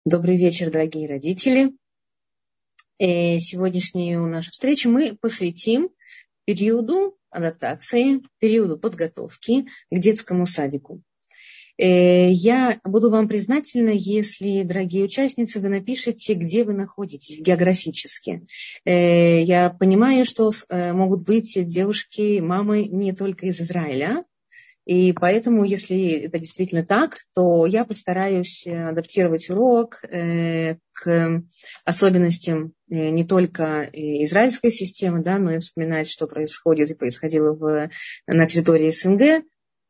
Добрый вечер, дорогие родители. Сегодняшнюю нашу встречу мы посвятим периоду адаптации, периоду подготовки к детскому садику. Я буду вам признательна, если, дорогие участницы, вы напишите, где вы находитесь географически. Я понимаю, что могут быть девушки, мамы не только из Израиля. И поэтому, если это действительно так, то я постараюсь адаптировать урок к особенностям не только израильской системы, да, но и вспоминать, что происходит и происходило на территории СНГ.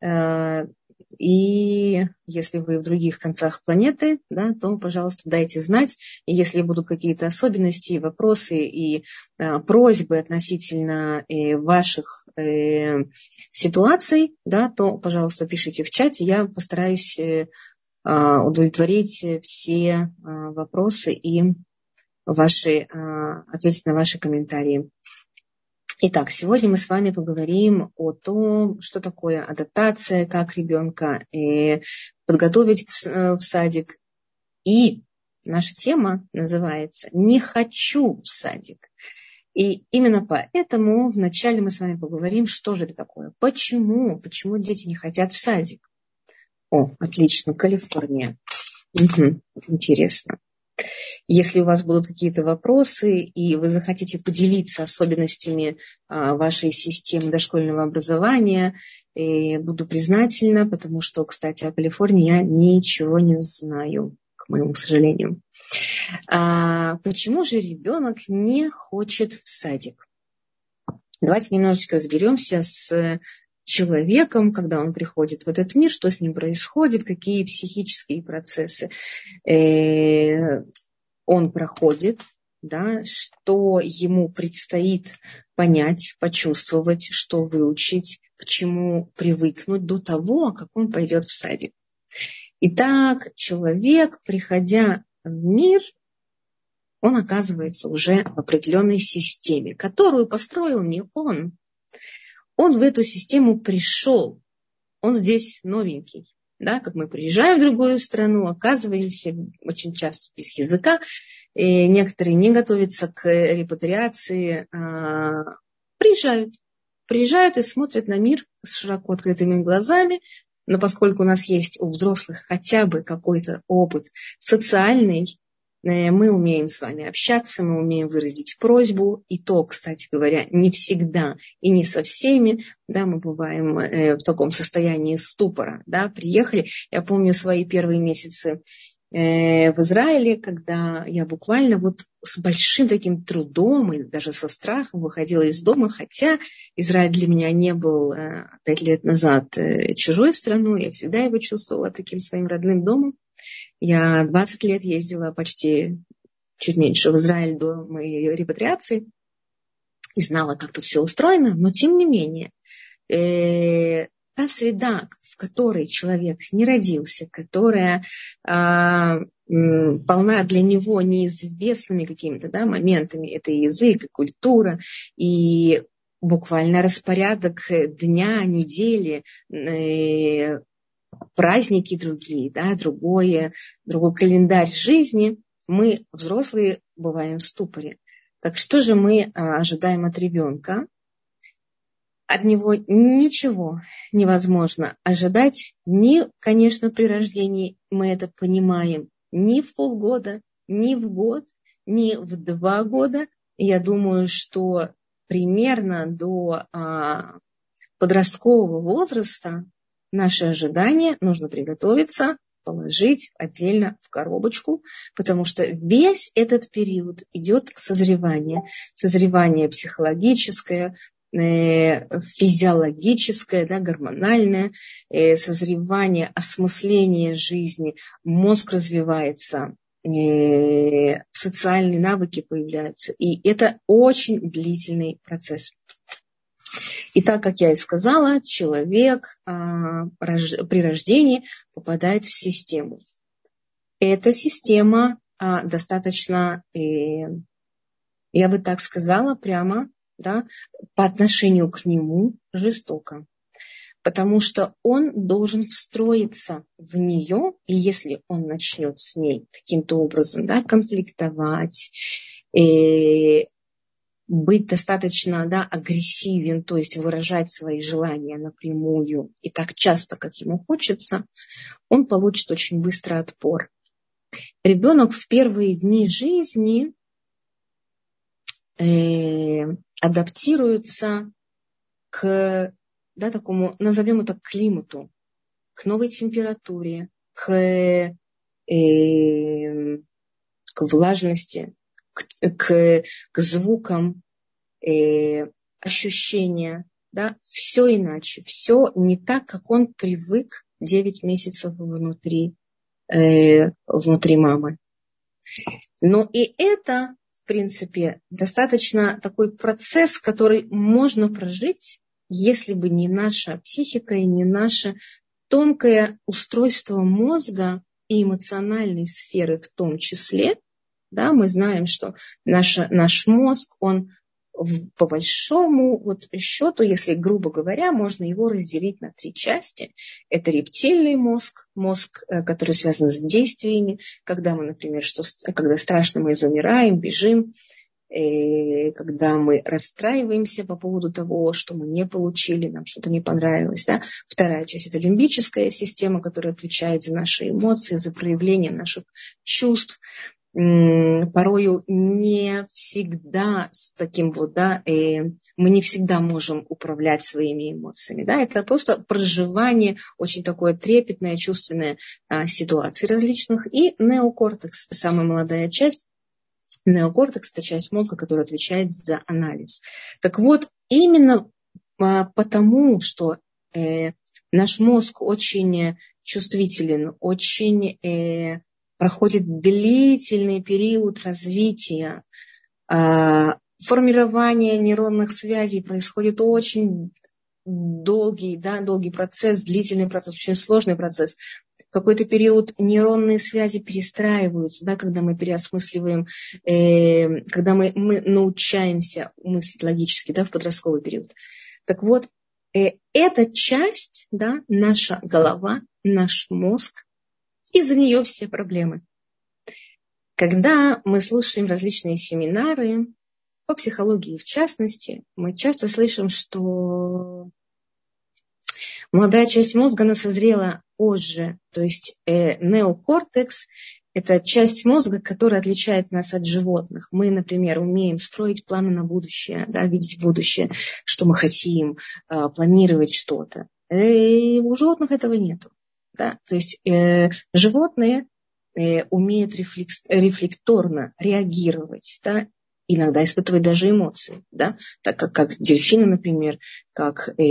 И если вы в других концах планеты, да, то, пожалуйста, дайте знать. И если будут какие-то особенности, вопросы и просьбы относительно ваших ситуаций, да, то, пожалуйста, пишите в чате. Я постараюсь удовлетворить все вопросы и ответить на ваши комментарии. Итак, сегодня мы с вами поговорим о том, что такое адаптация, как ребенка подготовить в садик. И наша тема называется «Не хочу в садик». И именно поэтому вначале мы с вами поговорим, что же это такое, почему дети не хотят в садик. О, отлично, Калифорния. Интересно. Если у вас будут какие-то вопросы, и вы захотите поделиться особенностями вашей системы дошкольного образования, буду признательна, потому что, кстати, о Калифорнии я ничего не знаю, к моему сожалению. Почему же ребенок не хочет в садик? Давайте немножечко разберемся с человеком, когда он приходит в этот мир, что с ним происходит, какие психические процессы он проходит, да, что ему предстоит понять, почувствовать, что выучить, к чему привыкнуть до того, как он пойдет в садик. Итак, человек, приходя в мир, он оказывается уже в определенной системе, которую построил не он. Он в эту систему пришел. Он здесь новенький. Да, как мы приезжаем в другую страну, оказываемся очень часто без языка. И некоторые не готовятся к репатриации, приезжают и смотрят на мир с широко открытыми глазами. Но поскольку у нас есть у взрослых хотя бы какой-то опыт социальный, мы умеем с вами общаться, мы умеем выразить просьбу. И то, кстати говоря, не всегда и не со всеми. Да, мы бываем в таком состоянии ступора. Да, приехали. Я помню свои первые месяцы в Израиле, когда я буквально вот с большим таким трудом и даже со страхом выходила из дома, хотя Израиль для меня не был 5 лет назад чужой страной, я всегда его чувствовала таким своим родным домом. Я 20 лет ездила почти чуть меньше в Израиль до моей репатриации и знала, как тут все устроено, но тем не менее та среда, в которой человек не родился, которая полна для него неизвестными какими-то моментами, это и язык, и культура, и буквально распорядок дня, недели, праздники другие, да, другой календарь жизни, мы, взрослые, бываем в ступоре. Так что же мы ожидаем от ребенка? От него ничего невозможно ожидать, конечно, при рождении, мы это понимаем, ни в полгода, ни в год, ни в 2 года. Я думаю, что примерно до подросткового возраста наши ожидания нужно приготовиться, положить отдельно в коробочку, потому что весь этот период идет созревание психологическое, физиологическое, да, гормональное, созревание, осмысление жизни, мозг развивается, социальные навыки появляются. И это очень длительный процесс. И так, как я и сказала, человек при рождении попадает в систему. Эта система достаточно, я бы так сказала, прямо, да, по отношению к нему жестоко. потому что он должен встроиться в нее, и если он начнет с ней каким-то образом, да, конфликтовать, быть достаточно, да, агрессивен, то есть выражать свои желания напрямую и так часто, как ему хочется, он получит очень быстро отпор. Ребенок в первые дни жизни адаптируется к, да, такому, назовем это, климату, к новой температуре, к влажности, к звукам, ощущения, да, все иначе, все не так, как он привык 9 месяцев внутри мамы. Но и это, в принципе, достаточно такой процесс, который можно прожить, если бы не наша психика и не наше тонкое устройство мозга и эмоциональной сферы в том числе. Да, мы знаем, что наш мозг, он по большому счету, если грубо говоря, можно его разделить на 3 части. Это рептильный мозг, который связан с действиями, когда мы, например, когда страшно, мы замираем, бежим, когда мы расстраиваемся по поводу того, что мы не получили, нам что-то не понравилось. Да? Вторая часть – это лимбическая система, которая отвечает за наши эмоции, за проявление наших чувств. Порою не всегда с таким мы не всегда можем управлять своими эмоциями. Да? Это просто проживание очень такое трепетное, чувственное ситуаций различных. И неокортекс, самая молодая часть. Неокортекс – это часть мозга, которая отвечает за анализ. Так вот, именно потому, что наш мозг очень чувствителен, очень проходит длительный период развития, формирование нейронных связей происходит очень долгий процесс, длительный процесс, очень сложный процесс. В какой-то период нейронные связи перестраиваются, да, когда мы переосмысливаем, когда мы научаемся мыслить логически, да, в подростковый период. Так вот, эта часть, да, наша голова, наш мозг, из-за нее все проблемы. Когда мы слушаем различные семинары по психологии в частности, мы часто слышим, что молодая часть мозга, она созрела позже. То есть неокортекс – это часть мозга, которая отличает нас от животных. Мы, например, умеем строить планы на будущее, да, видеть будущее, что мы хотим, планировать что-то. У животных этого нет. Да? То есть животные умеют рефлекторно реагировать, да, иногда испытывать даже эмоции, да, так как дельфины, например, как то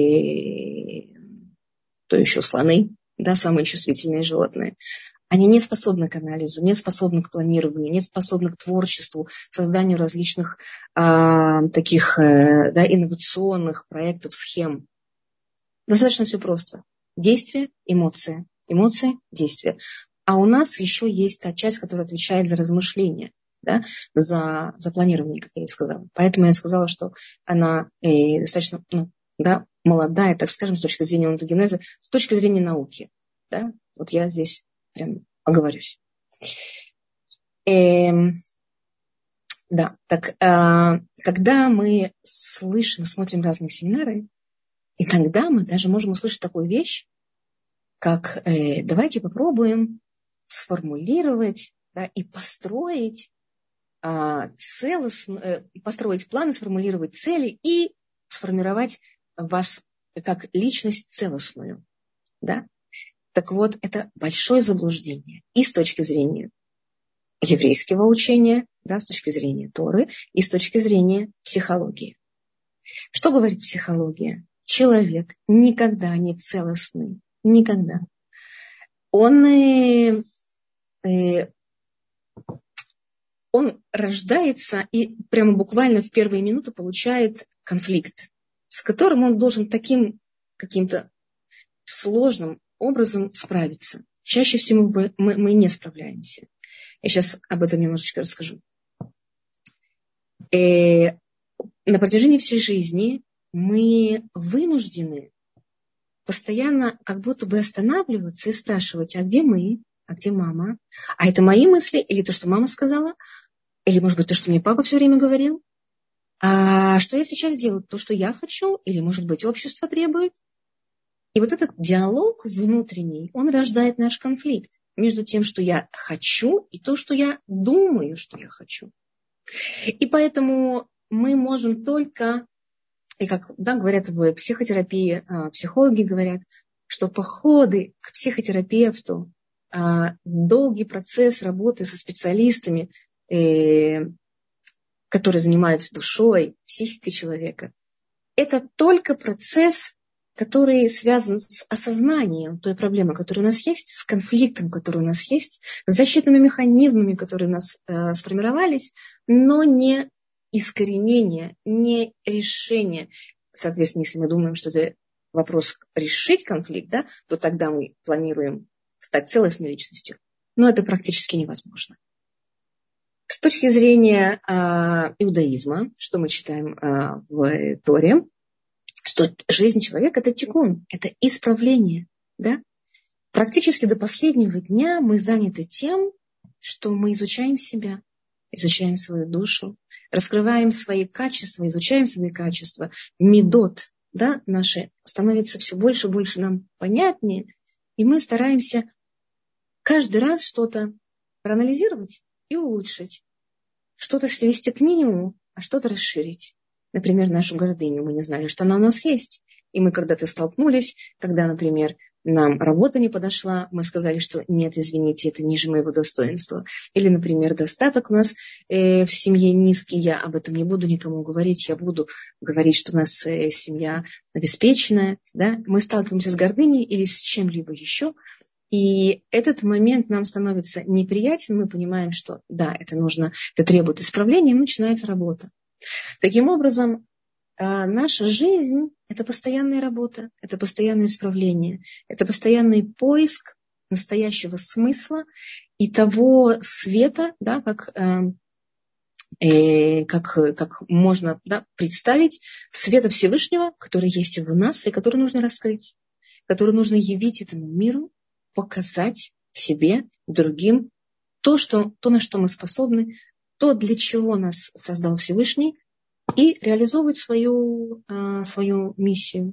еще слоны, да, самые чувствительные животные. Они не способны к анализу, не способны к планированию, не способны к творчеству, созданию различных таких инновационных проектов, схем. Достаточно все просто. Действие, эмоция. Эмоция, действие. А у нас еще есть та часть, которая отвечает за размышления, да, за планирование, как я и сказала. Поэтому я сказала, что она достаточно молодая, так скажем, с точки зрения онтогенеза, с точки зрения науки. Да? Вот я здесь прям оговорюсь. Да, так когда мы смотрим разные семинары, и тогда мы даже можем услышать такую вещь, как давайте попробуем сформулировать, да, и построить построить планы, сформулировать цели и сформировать вас как личность целостную. Да? Так вот, это большое заблуждение и с точки зрения еврейского учения, да, с точки зрения Торы и с точки зрения психологии. Что говорит психология? Человек никогда не целостный. Никогда. Он рождается и прямо буквально в первые минуты получает конфликт, с которым он должен таким каким-то сложным образом справиться. Чаще всего мы не справляемся. Я сейчас об этом немножечко расскажу. На протяжении всей жизни мы вынуждены постоянно как будто бы останавливаться и спрашивать, а где мы, а где мама? А это мои мысли или то, что мама сказала? Или, может быть, то, что мне папа все время говорил? А что я сейчас делаю? То, что я хочу? Или, может быть, общество требует? И вот этот диалог внутренний, он рождает наш конфликт между тем, что я хочу, и то, что я думаю, что я хочу. И поэтому мы можем только, и как говорят в психотерапии, психологи говорят, что походы к психотерапевту, долгий процесс работы со специалистами, которые занимаются душой, психикой человека, это только процесс, который связан с осознанием той проблемы, которая у нас есть, с конфликтом, который у нас есть, с защитными механизмами, которые у нас сформировались, но не искоренение, не решение. Соответственно, если мы думаем, что это вопрос решить конфликт, да, то тогда мы планируем стать целостной личностью. Но это практически невозможно. С точки зрения иудаизма, что мы читаем в Торе, что жизнь человека – это тикун, это исправление. Да? Практически до последнего дня мы заняты тем, что мы изучаем себя, изучаем свою душу, раскрываем свои качества, изучаем свои качества. Медот, да, наши становится все больше и больше нам понятнее, и мы стараемся каждый раз что-то проанализировать и улучшить, что-то свести к минимуму, а что-то расширить. Например, нашу гордыню. Мы не знали, что она у нас есть. И мы когда-то столкнулись, когда, например, нам работа не подошла, мы сказали, что нет, извините, это ниже моего достоинства. Или, например, достаток у нас в семье низкий, я об этом не буду никому говорить, я буду говорить, что у нас семья обеспеченная. Да? Мы сталкиваемся с гордыней или с чем-либо еще. И этот момент нам становится неприятен, мы понимаем, что да, это нужно, это требует исправления, и начинается работа. Таким образом, наша жизнь – это постоянная работа, это постоянное исправление, это постоянный поиск настоящего смысла и того света, да, как можно, да, представить, света Всевышнего, который есть в нас и который нужно раскрыть, который нужно явить этому миру, показать себе, другим то, на что мы способны, то, для чего нас создал Всевышний, и реализовывать свою миссию.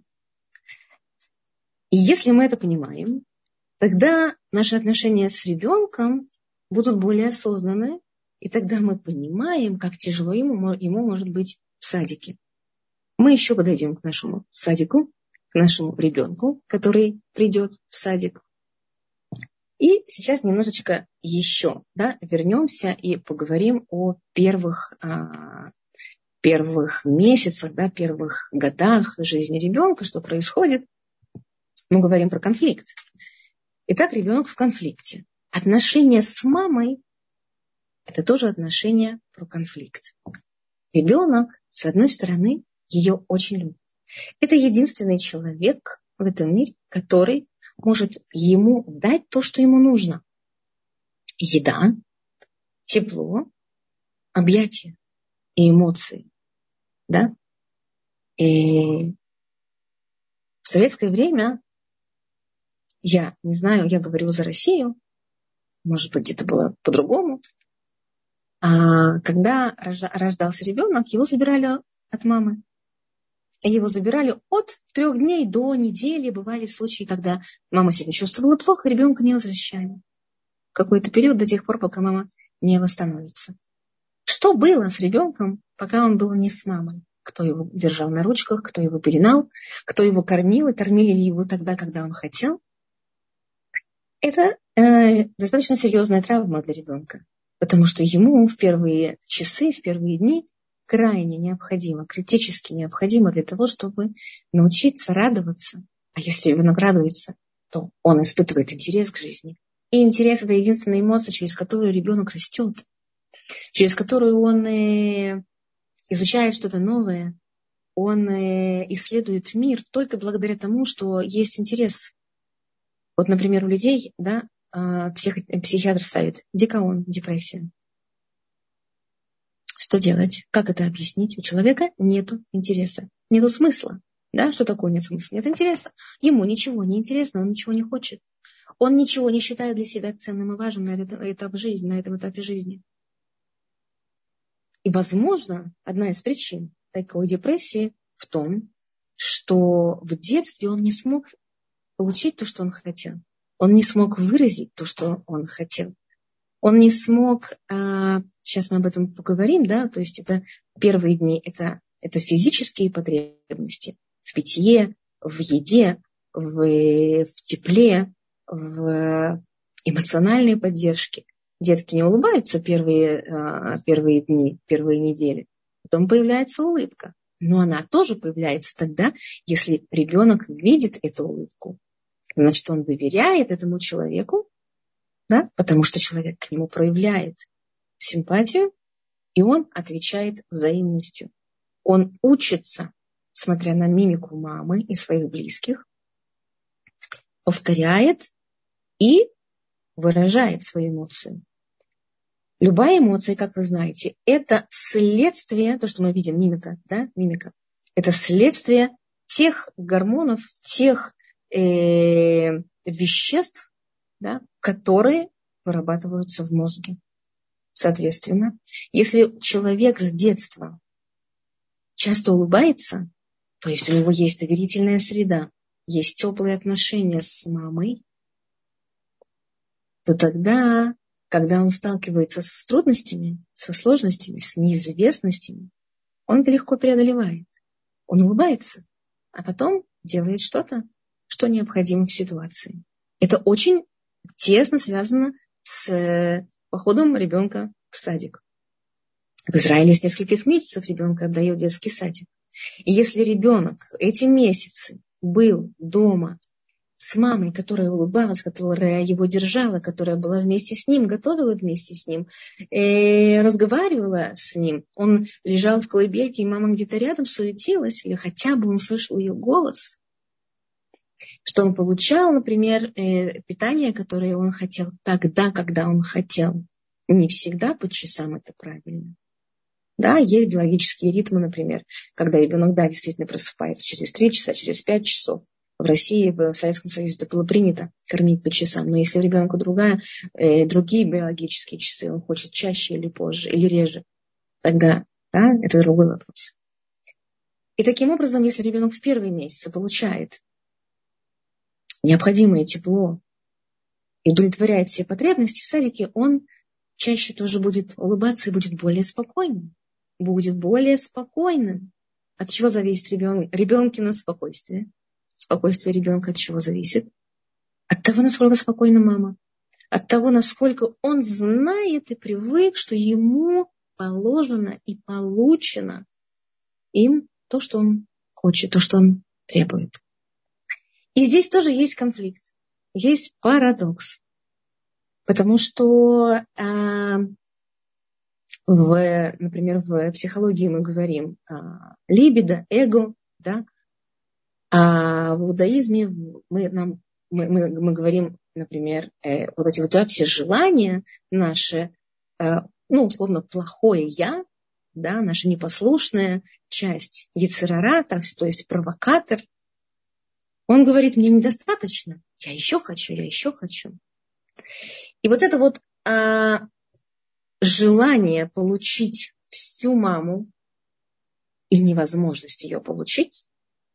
И если мы это понимаем, тогда наши отношения с ребенком будут более осознанны, и тогда мы понимаем, как тяжело ему может быть в садике. Мы еще подойдем к нашему садику, к нашему ребенку, который придет в садик. И сейчас немножечко еще вернемся и поговорим о первых месяцах, первых годах жизни ребенка, что происходит. Мы говорим про конфликт. Итак, ребенок в конфликте. Отношения с мамой – это тоже отношения про конфликт. Ребенок, с одной стороны, ее очень любит. Это единственный человек в этом мире, который может ему дать то, что ему нужно. Еда, тепло, объятия и эмоции. Да? И в советское время, я не знаю, я говорю за Россию, может быть, где-то было по-другому, когда рождался ребенок, его забирали от мамы. Его забирали от 3 дней до недели. Бывали случаи, когда мама себя чувствовала плохо, ребенка не возвращали. Какой-то период до тех пор, пока мама не восстановится. Что было с ребенком, пока он был не с мамой? Кто его держал на ручках, кто его пеленал, кто его кормил, и кормили ли его тогда, когда он хотел? Это достаточно серьезная травма для ребенка, потому что ему в первые часы, в первые дни крайне необходимо, критически необходимо для того, чтобы научиться радоваться. А если ребенок радуется, то он испытывает интерес к жизни. И интерес – это единственная эмоция, через которую ребенок растет, через которую он изучает что-то новое, он исследует мир только благодаря тому, что есть интерес. Вот, например, у людей, психиатр ставит дикаон, депрессия. Что делать? Как это объяснить? У человека нет интереса, нет смысла. Да, что такое нет смысла? Нет интереса. Ему ничего не интересно, он ничего не хочет. Он ничего не считает для себя ценным и важным на этом этапе жизни, на этом этапе жизни. И, возможно, одна из причин такой депрессии в том, что в детстве он не смог получить то, что он хотел. Он не смог выразить то, что он хотел. Он не смог, сейчас мы об этом поговорим, да, то есть это первые дни, это физические потребности в питье, в еде, в тепле, в эмоциональной поддержке. Детки не улыбаются первые дни, первые недели. Потом появляется улыбка. Но она тоже появляется тогда, если ребенок видит эту улыбку. Значит, он доверяет этому человеку, да, потому что человек к нему проявляет симпатию, и он отвечает взаимностью. Он учится, смотря на мимику мамы и своих близких, повторяет и выражает свою эмоцию. Любая эмоция, как вы знаете, это следствие, то, что мы видим, мимика, да, мимика, это следствие тех гормонов, тех веществ, да, которые вырабатываются в мозге. Соответственно, если человек с детства часто улыбается, то есть у него есть доверительная среда, есть теплые отношения с мамой, то тогда, когда он сталкивается с трудностями, со сложностями, с неизвестностями, он это легко преодолевает. Он улыбается, а потом делает что-то, что необходимо в ситуации. Это очень тесно связано с походом ребенка в садик. В Израиле с нескольких месяцев ребенка отдают в детский садик. И если ребенок эти месяцы был дома с мамой, которая улыбалась, которая его держала, которая была вместе с ним, готовила вместе с ним, разговаривала с ним, он лежал в колыбельке, и мама где-то рядом суетилась, или хотя бы он слышал ее голос, что он получал, например, питание, которое он хотел тогда, когда он хотел. Не всегда по часам это правильно. Да, есть биологические ритмы, например, когда ребенок, да, действительно просыпается через 3 часа, через 5 часов. В России, в Советском Союзе это было принято кормить по часам. Но если у ребенка другие биологические часы, он хочет чаще или позже, или реже, тогда, да, это другой вопрос. И таким образом, если ребенок в первые месяцы получает необходимое тепло и удовлетворяет все потребности в садике, он чаще тоже будет улыбаться и будет более спокойным. Будет более спокойным. От чего зависит ребенкино спокойствие? Спокойствие ребенка от чего зависит? От того, насколько спокойна мама. От того, насколько он знает и привык, что ему положено и получено им то, что он хочет, то, что он требует. И здесь тоже есть конфликт. Есть парадокс. Потому что, например, в психологии мы говорим либидо, эго, да, а в иудаизме мы говорим, например, вот эти вот, да, все желания наши, условно, плохое я, да, наша непослушная часть йецер ара, то есть провокатор, он говорит, мне недостаточно, я еще хочу. И вот это вот желание получить всю маму и невозможность ее получить.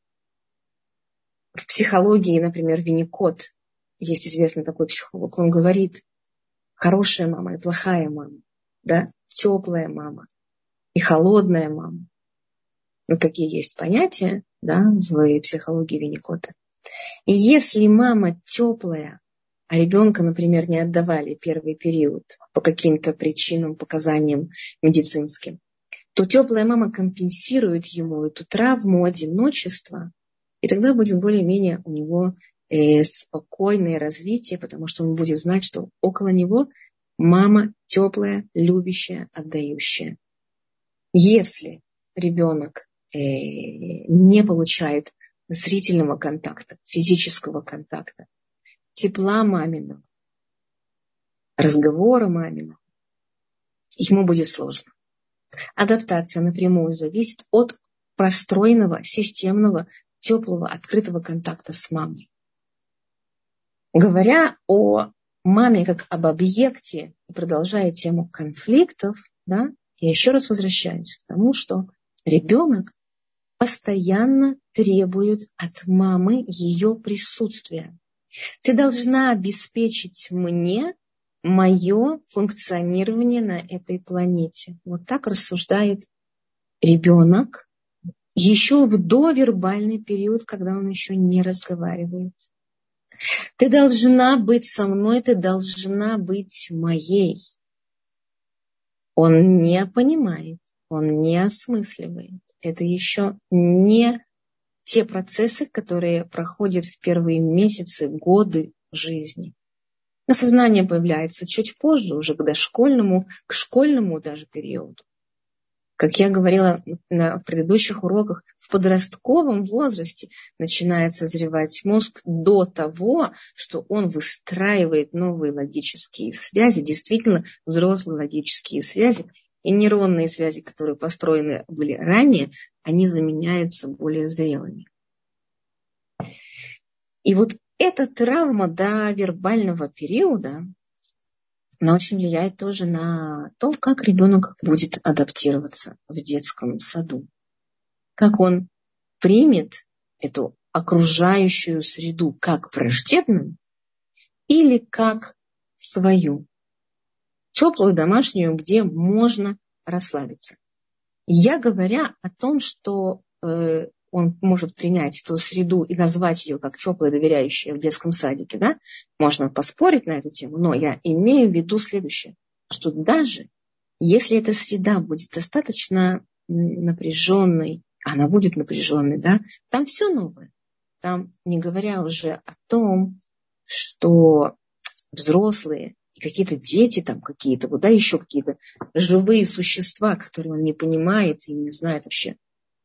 В психологии, например, Винникот, есть известный такой психолог, он говорит, хорошая мама и плохая мама, да, теплая мама и холодная мама. Вот такие есть понятия, да, в психологии Винникота. И если мама теплая, а ребенка, например, не отдавали первый период по каким-то причинам, показаниям медицинским, то теплая мама компенсирует ему эту травму одиночества, и тогда будет более-менее у него спокойное развитие, потому что он будет знать, что около него мама теплая, любящая, отдающая. Если ребенок не получает зрительного контакта, физического контакта, тепла маминого, разговора маминого, ему будет сложно. Адаптация напрямую зависит от простроенного, системного теплого, открытого контакта с мамой. Говоря о маме как об объекте, и продолжая тему конфликтов, да, я еще раз возвращаюсь к тому, что ребенок постоянно требует от мамы ее присутствия. Ты должна обеспечить мне мое функционирование на этой планете. Вот так рассуждает ребенок еще в довербальный период, когда он еще не разговаривает. Ты должна быть со мной, ты должна быть моей. Он не понимает, он не осмысливает. Это еще не те процессы, которые проходят в первые месяцы, годы жизни. Осознание появляется чуть позже, уже к школьному даже периоду. Как я говорила в предыдущих уроках, в подростковом возрасте начинает созревать мозг до того, что он выстраивает новые логические связи, действительно взрослые логические связи, и нейронные связи, которые построены были ранее, они заменяются более зрелыми. И вот эта травма до вербального периода, она очень влияет тоже на то, как ребенок будет адаптироваться в детском саду. Как он примет эту окружающую среду как враждебную или как свою. Теплую, домашнюю, где можно расслабиться. Я говоря о том, что он может принять эту среду и назвать ее как теплая, доверяющая в детском садике, да, можно поспорить на эту тему, но я имею в виду следующее, что даже если эта среда будет достаточно напряженной, она будет напряженной, да, там все новое. Там, не говоря уже о том, что взрослые и какие-то дети там какие-то, вот, да, еще какие-то живые существа, которые он не понимает и не знает вообще.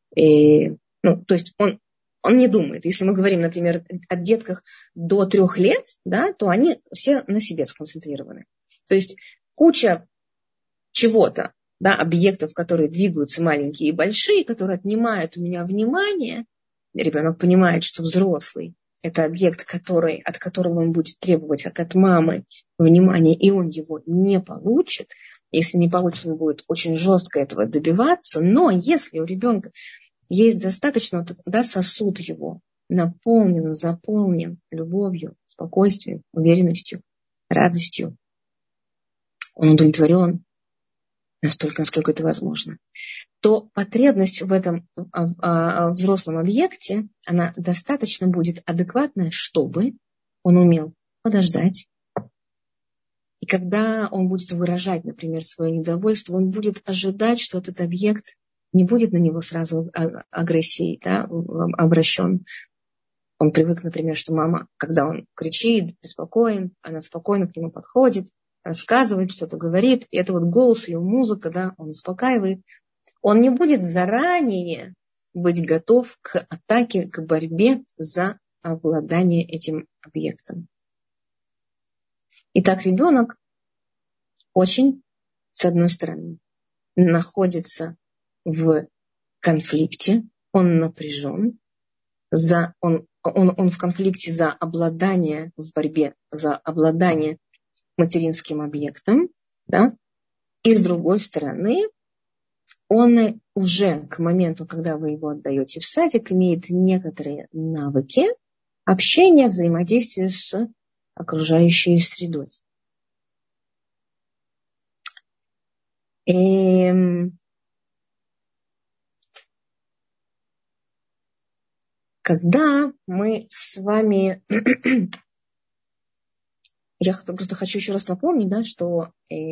То есть он не думает. Если мы говорим, например, о детках до 3 лет, да, то они все на себе сконцентрированы. То есть куча чего-то, да, объектов, которые двигаются, маленькие и большие, которые отнимают у меня внимание. Ребенок понимает, что взрослый – это объект, от которого он будет требовать от мамы внимания, и он его не получит. Если не получит, он будет очень жестко этого добиваться. Но если у ребенка есть достаточно, да, сосуд его наполнен, заполнен любовью, спокойствием, уверенностью, радостью, он удовлетворен настолько, насколько это возможно, то потребность в этом взрослом объекте, она достаточно будет адекватная, чтобы он умел подождать. И когда он будет выражать, например, свое недовольство, он будет ожидать, что этот объект не будет на него сразу агрессией, да, обращен. Он привык, например, что мама, когда он кричит, беспокоен, она спокойно к нему подходит, рассказывает, что-то говорит. И это вот голос, ее музыка, да, он успокаивает. Он не будет заранее быть готов к атаке, к борьбе за обладание этим объектом. Итак, ребенок очень, с одной стороны, находится в конфликте, он напряжен, он в конфликте за обладание, в борьбе за обладание материнским объектом, да? И с другой стороны, он уже к моменту, когда вы его отдаете в садик, имеет некоторые навыки общения, взаимодействия с окружающей средой. Когда мы с вами... Я просто хочу еще раз напомнить, да, что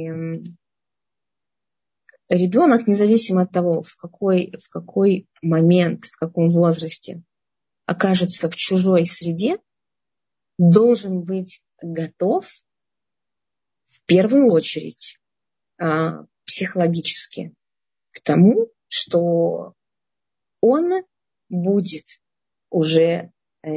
ребенок, независимо от того, в какой момент, в каком возрасте окажется в чужой среде, должен быть готов в первую очередь психологически к тому, что он будет уже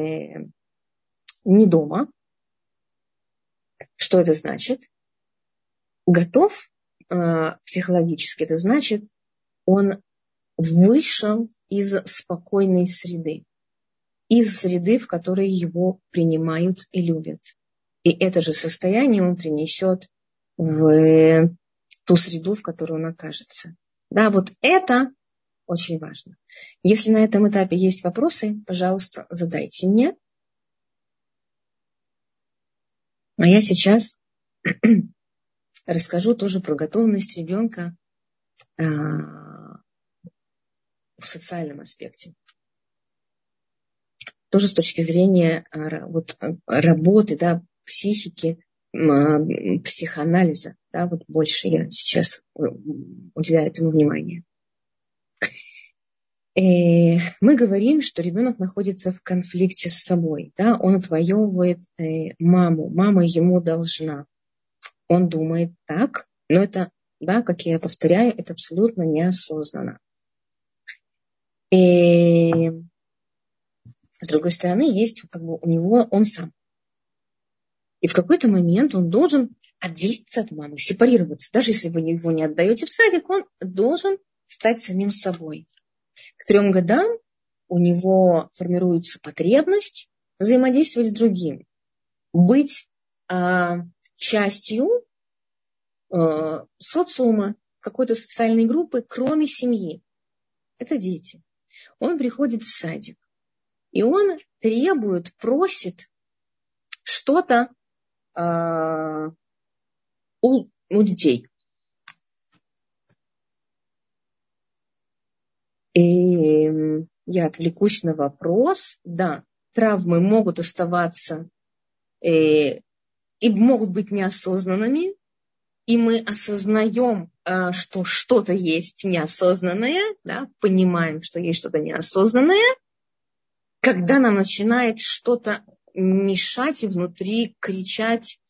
не дома. Что это значит? Готов психологически. Это значит, он вышел из спокойной среды. из среды, в которой его принимают и любят. И это же состояние он принесет в ту среду, в которой он окажется. Да, вот это очень важно. Если на этом этапе есть вопросы, пожалуйста, задайте мне. А я сейчас расскажу тоже про готовность ребенка в социальном аспекте. Тоже с точки зрения работы, да, психики, психоанализа. Да, вот больше я сейчас уделяю этому внимание. И мы говорим, что ребенок находится в конфликте с собой. Да, он отвоевывает маму. Мама ему должна. Он думает так, но это, да, как я повторяю, это абсолютно неосознанно. И с другой стороны, есть у него он сам. И в какой-то момент он должен отделиться от мамы, сепарироваться. Даже если вы его не отдаете в садик, он должен стать самим собой. К 3 годам у него формируется потребность взаимодействовать с другим, быть частью социума, какой-то социальной группы, кроме семьи. Это дети. Он приходит в садик, и он требует, просит что-то у детей. И я отвлекусь на вопрос. Да, травмы могут оставаться и могут быть неосознанными, и мы осознаем, что что-то есть неосознанное, да, понимаем, что есть что-то неосознанное, когда нам начинает что-то мешать и внутри кричать,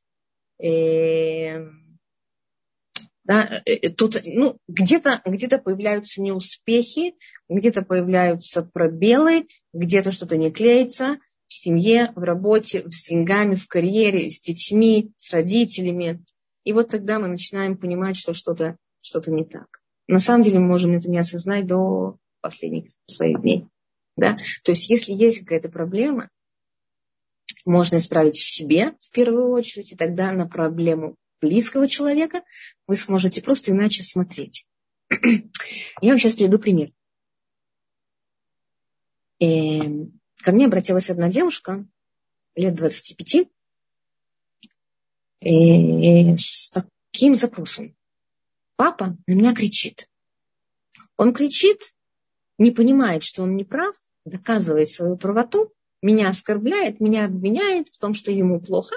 да, тут где-то появляются неуспехи, где-то появляются пробелы, где-то что-то не клеится в семье, в работе, с деньгами, в карьере, с детьми, с родителями. И вот тогда мы начинаем понимать, что что-то не так. На самом деле мы можем это не осознать до последних своих дней. Да? То есть если есть какая-то проблема, можно исправить в себе в первую очередь, и тогда на проблему близкого человека вы сможете просто иначе смотреть. Я вам сейчас приведу пример. Ко мне обратилась одна девушка лет 25 с таким запросом. Папа на меня кричит. Он кричит, не понимает, что он не прав, доказывает свою правоту, меня оскорбляет, меня обвиняет в том, что ему плохо.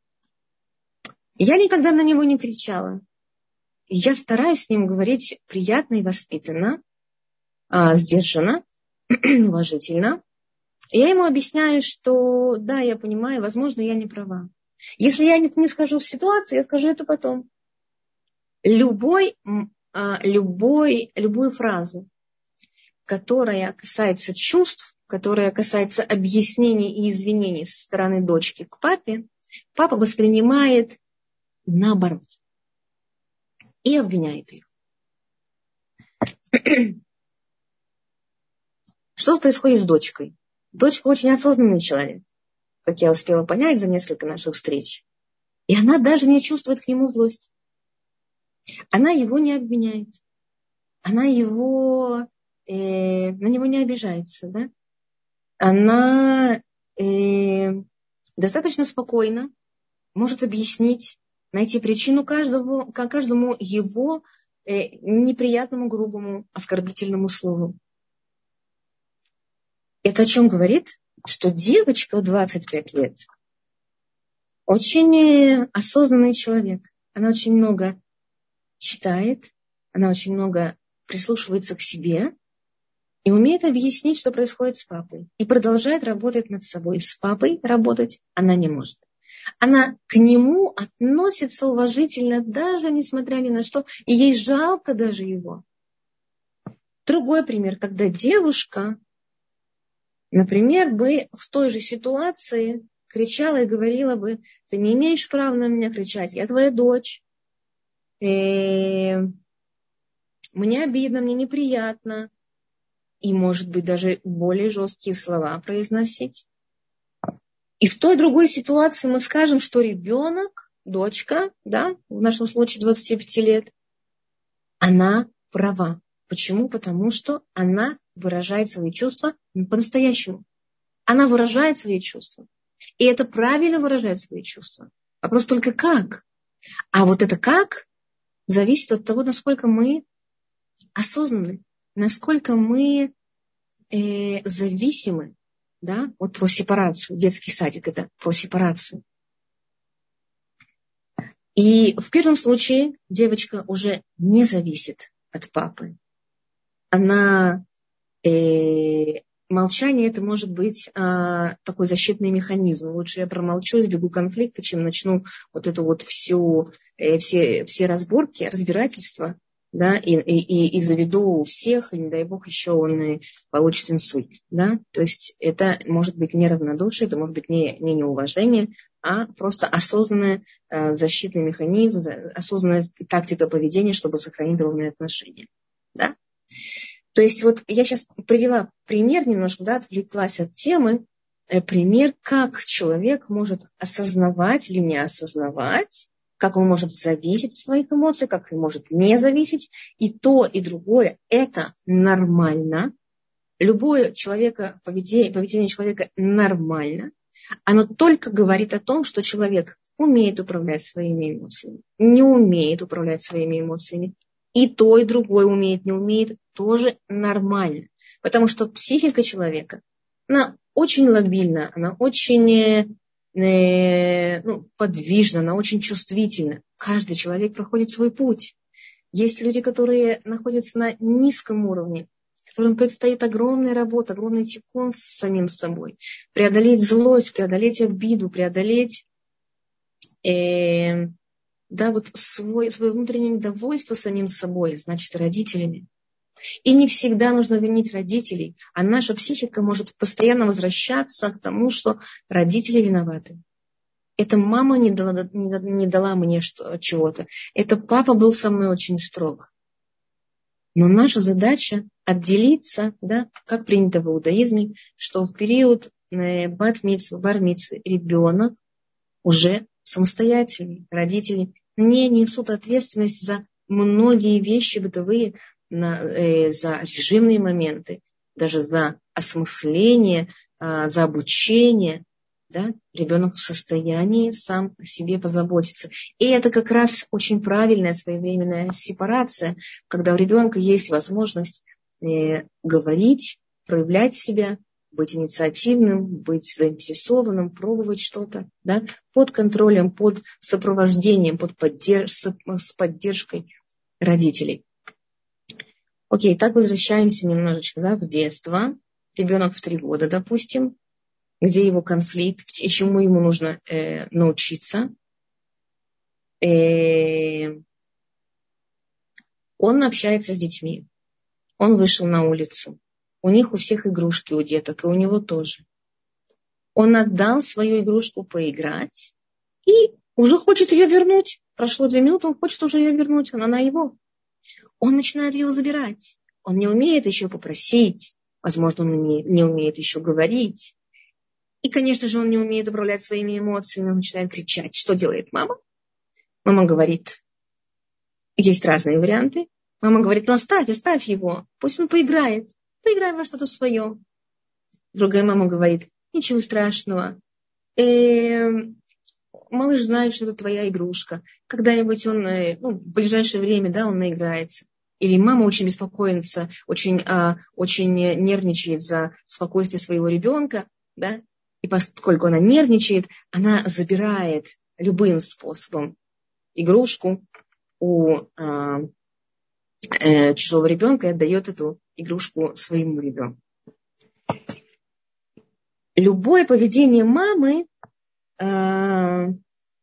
Я никогда на него не кричала. Я стараюсь с ним говорить приятно и воспитанно, сдержанно, уважительно. Я ему объясняю, что да, я понимаю, возможно, я не права. Если я не скажу в ситуации, я скажу это потом. Любую фразу, которая касается чувств, которая касается объяснений и извинений со стороны дочки к папе, папа воспринимает наоборот и обвиняет ее. Что происходит с дочкой? Дочка очень осознанный человек, как я успела понять за несколько наших встреч. И она даже не чувствует к нему злость. Она его не обвиняет. Она на него не обижается. Да? Она достаточно спокойно может объяснить, найти причину каждому его неприятному, грубому, оскорбительному слову. Это о чем говорит? Что девочка в 25 лет очень осознанный человек. Она очень много читает, она очень много прислушивается к себе и умеет объяснить, что происходит с папой. И продолжает работать над собой. С папой работать она не может. Она к нему относится уважительно, даже несмотря ни на что. И ей жалко даже его. Другой пример, когда девушка, например, бы в той же ситуации кричала и говорила бы: ты не имеешь права на меня кричать, я твоя дочь. И мне обидно, мне неприятно. и, может быть, даже более жесткие слова произносить. И в той и другой ситуации мы скажем, что ребенок, дочка, да, в нашем случае 25 лет, она права. Почему? Потому что она выражает свои чувства по-настоящему. Она выражает свои чувства. И это правильно выражать свои чувства. Вопрос только как. А вот это как зависит от того, насколько мы осознаны, насколько мы зависимы, да, вот про сепарацию. Детский садик – это про сепарацию. И в первом случае девочка уже не зависит от папы. Она молчание – это может быть такой защитный механизм. Лучше я промолчу, избегу конфликта, чем начну вот эту вот все разборки, разбирательства, да, и заведу у всех, и не дай бог еще он получит инсульт. Да? То есть это может быть не равнодушие, это может быть не неуважение, а просто осознанный защитный механизм, осознанная тактика поведения, чтобы сохранить ровные отношения. Да? То есть вот я сейчас привела пример немножко, да, отвлеклась от темы, пример, как человек может осознавать или не осознавать, как он может зависеть от своих эмоций, как он может не зависеть. И то, и другое – это нормально. Любое поведение человека нормально. Оно только говорит о том, что человек умеет управлять своими эмоциями, не умеет управлять своими эмоциями. И то, и другое умеет, не умеет, тоже нормально. Потому что психика человека, она очень лобильна, она очень подвижна, она очень чувствительна. Каждый человек проходит свой путь. Есть люди, которые находятся на низком уровне, которым предстоит огромная работа, огромный тикун с самим собой. Преодолеть злость, преодолеть обиду, преодолеть свое внутреннее недовольство самим собой, значит, родителями. И не всегда нужно винить родителей, а наша психика может постоянно возвращаться к тому, что родители виноваты. Это мама не дала мне чего-то. Это папа был со мной очень строг. Но наша задача отделиться, да, как принято в иудаизме, что в период бат-мицвы, бар-мицвы ребенок уже самостоятельный. Родители не несут ответственность за многие вещи бытовые, за режимные моменты, даже за осмысление, за обучение. Да? Ребенок в состоянии сам о себе позаботиться. И это как раз очень правильная своевременная сепарация, когда у ребенка есть возможность говорить, проявлять себя, быть инициативным, быть заинтересованным, пробовать что-то, да, под контролем, под сопровождением, с поддержкой родителей. Окей, так возвращаемся немножечко, да, в детство. Ребенок в 3 года, допустим, где его конфликт, и чему ему нужно научиться. Он общается с детьми. Он вышел на улицу. У них у всех игрушки у деток, и у него тоже. Он отдал свою игрушку поиграть и уже хочет ее вернуть. Прошло 2 минуты, он хочет уже ее вернуть, она его. Он начинает ее забирать. Он не умеет еще попросить. Возможно, он не умеет еще говорить. И, конечно же, он не умеет управлять своими эмоциями. Он начинает кричать. Что делает мама? Мама говорит, есть разные варианты. Мама говорит, оставь его. Пусть он поиграет. Поиграй во что-то свое. Другая мама говорит, ничего страшного. Малыш знает, что это твоя игрушка. Когда-нибудь он, в ближайшее время, да, он наиграется. Или мама очень беспокоится, очень нервничает за спокойствие своего ребенка, да, и поскольку она нервничает, она забирает любым способом игрушку у чужого ребенка и отдает эту игрушку своему ребенку. Любое поведение мамы, оно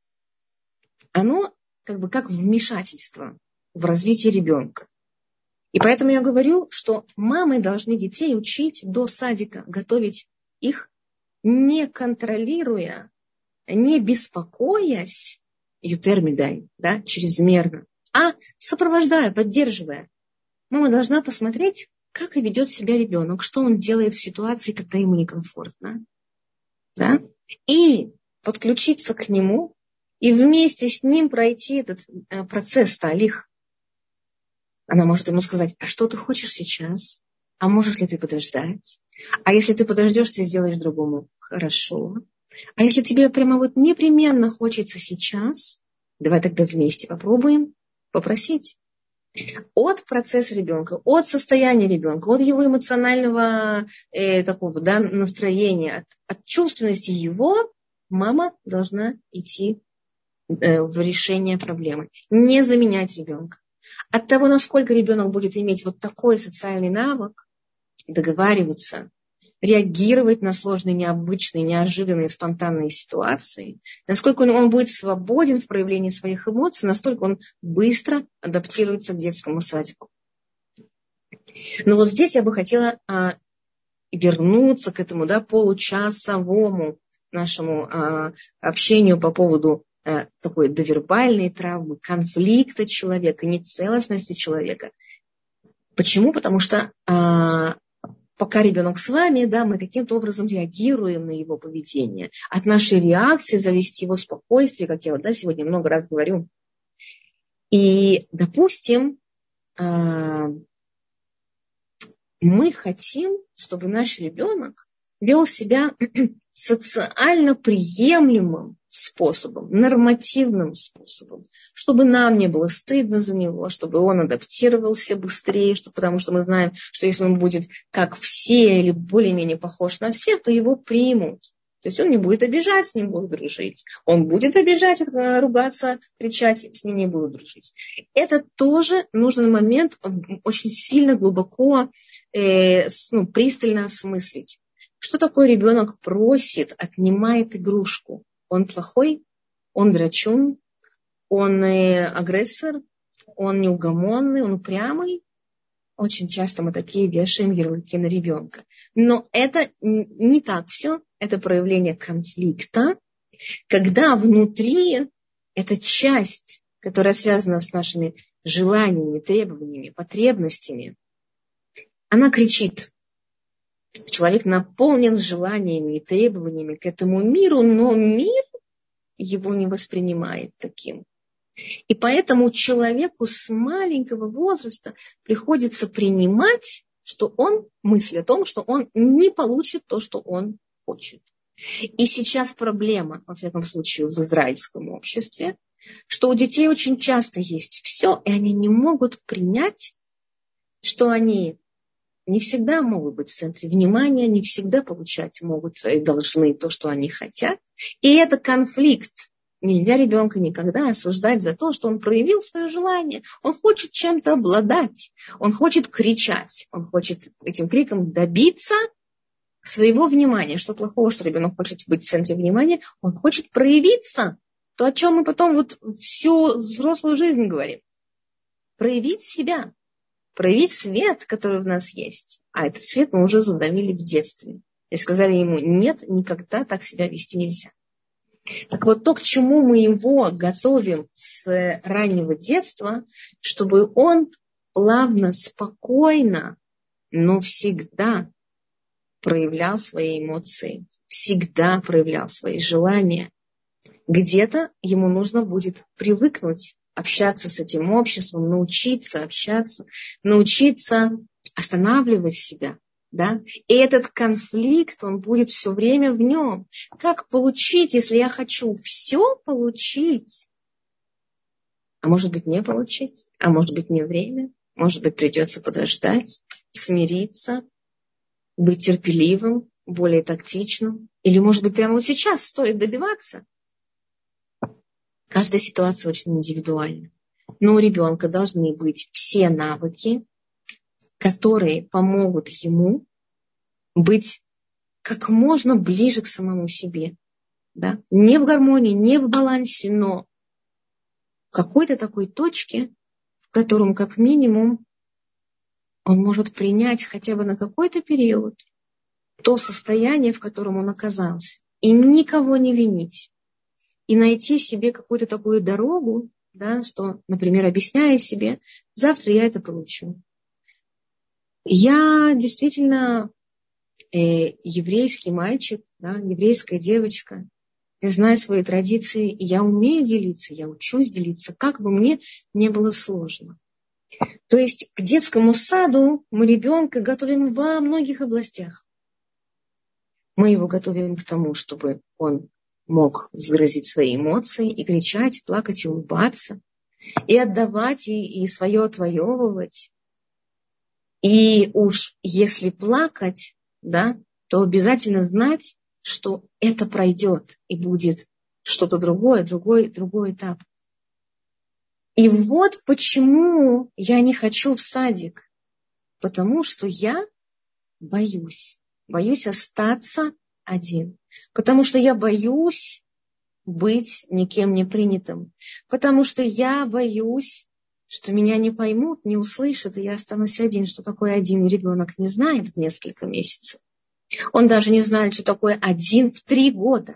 как вмешательство в развитие ребенка. И поэтому я говорю, что мамы должны детей учить до садика, готовить их, не контролируя, не беспокоясь, ютермидай, да, чрезмерно, а сопровождая, поддерживая. Мама должна посмотреть, как и ведет себя ребенок, что он делает в ситуации, когда ему некомфортно. Да? И подключиться к нему, и вместе с ним пройти этот процесс, талих. Она может ему сказать, а что ты хочешь сейчас? А можешь ли ты подождать? А если ты подождешь, ты сделаешь другому хорошо. А если тебе прямо вот непременно хочется сейчас, давай тогда вместе попробуем попросить. От процесса ребенка, от состояния ребенка, от его эмоционального такого, да, настроения, от чувственности его, мама должна идти в решение проблемы. Не заменять ребенка. От того, насколько ребенок будет иметь вот такой социальный навык, договариваться, реагировать на сложные, необычные, неожиданные, спонтанные ситуации, насколько он будет свободен в проявлении своих эмоций, настолько он быстро адаптируется к детскому садику. Но вот здесь я бы хотела вернуться к этому, да, получасовому нашему общению по поводу такой довербальной травмы, конфликта человека, нецелостности человека. Почему? Потому что пока ребенок с вами, да, мы каким-то образом реагируем на его поведение. От нашей реакции зависит его спокойствие, как я вот, сегодня много раз говорю. И, допустим, мы хотим, чтобы наш ребенок вел себя социально приемлемым способом, нормативным способом, чтобы нам не было стыдно за него, чтобы он адаптировался быстрее, потому что мы знаем, что если он будет как все или более-менее похож на всех, то его примут. То есть он не будет обижать, с ним будут дружить. Он будет обижать, ругаться, кричать, с ним не будут дружить. Это тоже нужный момент очень сильно, глубоко, пристально осмыслить. Что такое ребенок просит, отнимает игрушку? Он плохой? Он драчун? Он агрессор? Он неугомонный? Он упрямый? Очень часто мы такие вешаем ярлыки на ребенка. Но это не так все. Это проявление конфликта, когда внутри эта часть, которая связана с нашими желаниями, требованиями, потребностями, она кричит. Человек наполнен желаниями и требованиями к этому миру, но мир его не воспринимает таким. И поэтому человеку с маленького возраста приходится принимать, что он, мысль о том, что он не получит то, что он хочет. И сейчас проблема, во всяком случае, в израильском обществе, что у детей очень часто есть все, и они не могут принять, что они не всегда могут быть в центре внимания, не всегда получать могут и должны то, что они хотят. И это конфликт. Нельзя ребенка никогда осуждать за то, что он проявил свое желание. Он хочет чем-то обладать. Он хочет кричать. Он хочет этим криком добиться своего внимания. Что плохого, что ребенок хочет быть в центре внимания? Он хочет проявиться. То, о чем мы потом всю взрослую жизнь говорим. Проявить себя. Проявить свет, который в нас есть. А этот свет мы уже задавили в детстве. И сказали ему, нет, никогда так себя вести нельзя. Так вот, то, к чему мы его готовим с раннего детства, чтобы он плавно, спокойно, но всегда проявлял свои эмоции, всегда проявлял свои желания. Где-то ему нужно будет привыкнуть общаться с этим обществом, научиться общаться, научиться останавливать себя. Да? И этот конфликт, он будет все время в нем. Как получить, если я хочу все получить? А может быть, не получить? А может быть, не время? Может быть, придется подождать, смириться, быть терпеливым, более тактичным? Или, может быть, прямо вот сейчас стоит добиваться? Каждая ситуация очень индивидуальна. Но у ребенка должны быть все навыки, которые помогут ему быть как можно ближе к самому себе. Да? Не в гармонии, не в балансе, но в какой-то такой точке, в котором как минимум он может принять хотя бы на какой-то период то состояние, в котором он оказался. И никого не винить. И найти себе какую-то такую дорогу, да, что, например, объясняя себе, завтра я это получу. Я действительно еврейский мальчик, да, еврейская девочка. Я знаю свои традиции, и я умею делиться, я учусь делиться, как бы мне не было сложно. То есть к детскому саду мы ребенка готовим во многих областях. Мы его готовим к тому, чтобы он мог выразить свои эмоции и кричать, плакать, и улыбаться, и отдавать, и свое отвоевывать. И уж если плакать, да, то обязательно знать, что это пройдет и будет что-то другой этап. И вот почему я не хочу в садик. Потому что я боюсь остаться один. Потому что я боюсь быть никем не принятым. Потому что я боюсь, что меня не поймут, не услышат, и я останусь один. Что такое один ребенок не знает в несколько месяцев. Он даже не знает, что такое один в 3 года.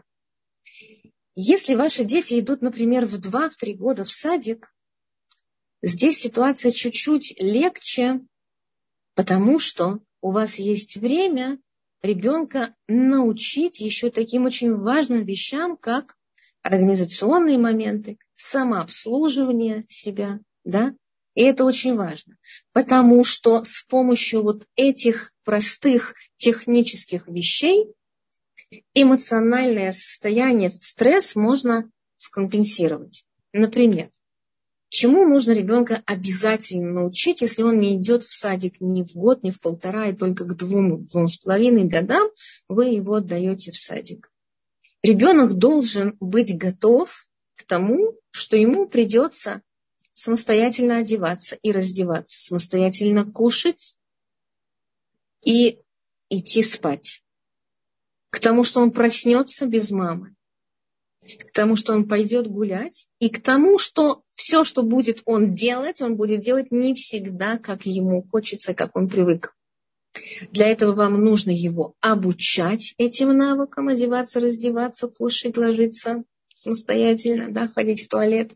Если ваши дети идут, например, в 2-3 года в садик, здесь ситуация чуть-чуть легче, потому что у вас есть время ребенка научить еще таким очень важным вещам, как организационные моменты, самообслуживание себя, да? И это очень важно, потому что с помощью вот этих простых технических вещей эмоциональное состояние, этот стресс можно скомпенсировать. Например, чему нужно ребенка обязательно научить, если он не идет в садик ни в год, ни в 1,5, и только к 2-2,5 годам вы его отдаете в садик. Ребенок должен быть готов к тому, что ему придется самостоятельно одеваться и раздеваться, самостоятельно кушать и идти спать. К тому, что он проснется без мамы. К тому, что он пойдет гулять. И к тому, что все, что будет он делать не всегда, как ему хочется, как он привык. Для этого вам нужно его обучать этим навыкам, одеваться, раздеваться, кушать, ложиться самостоятельно, да, ходить в туалет.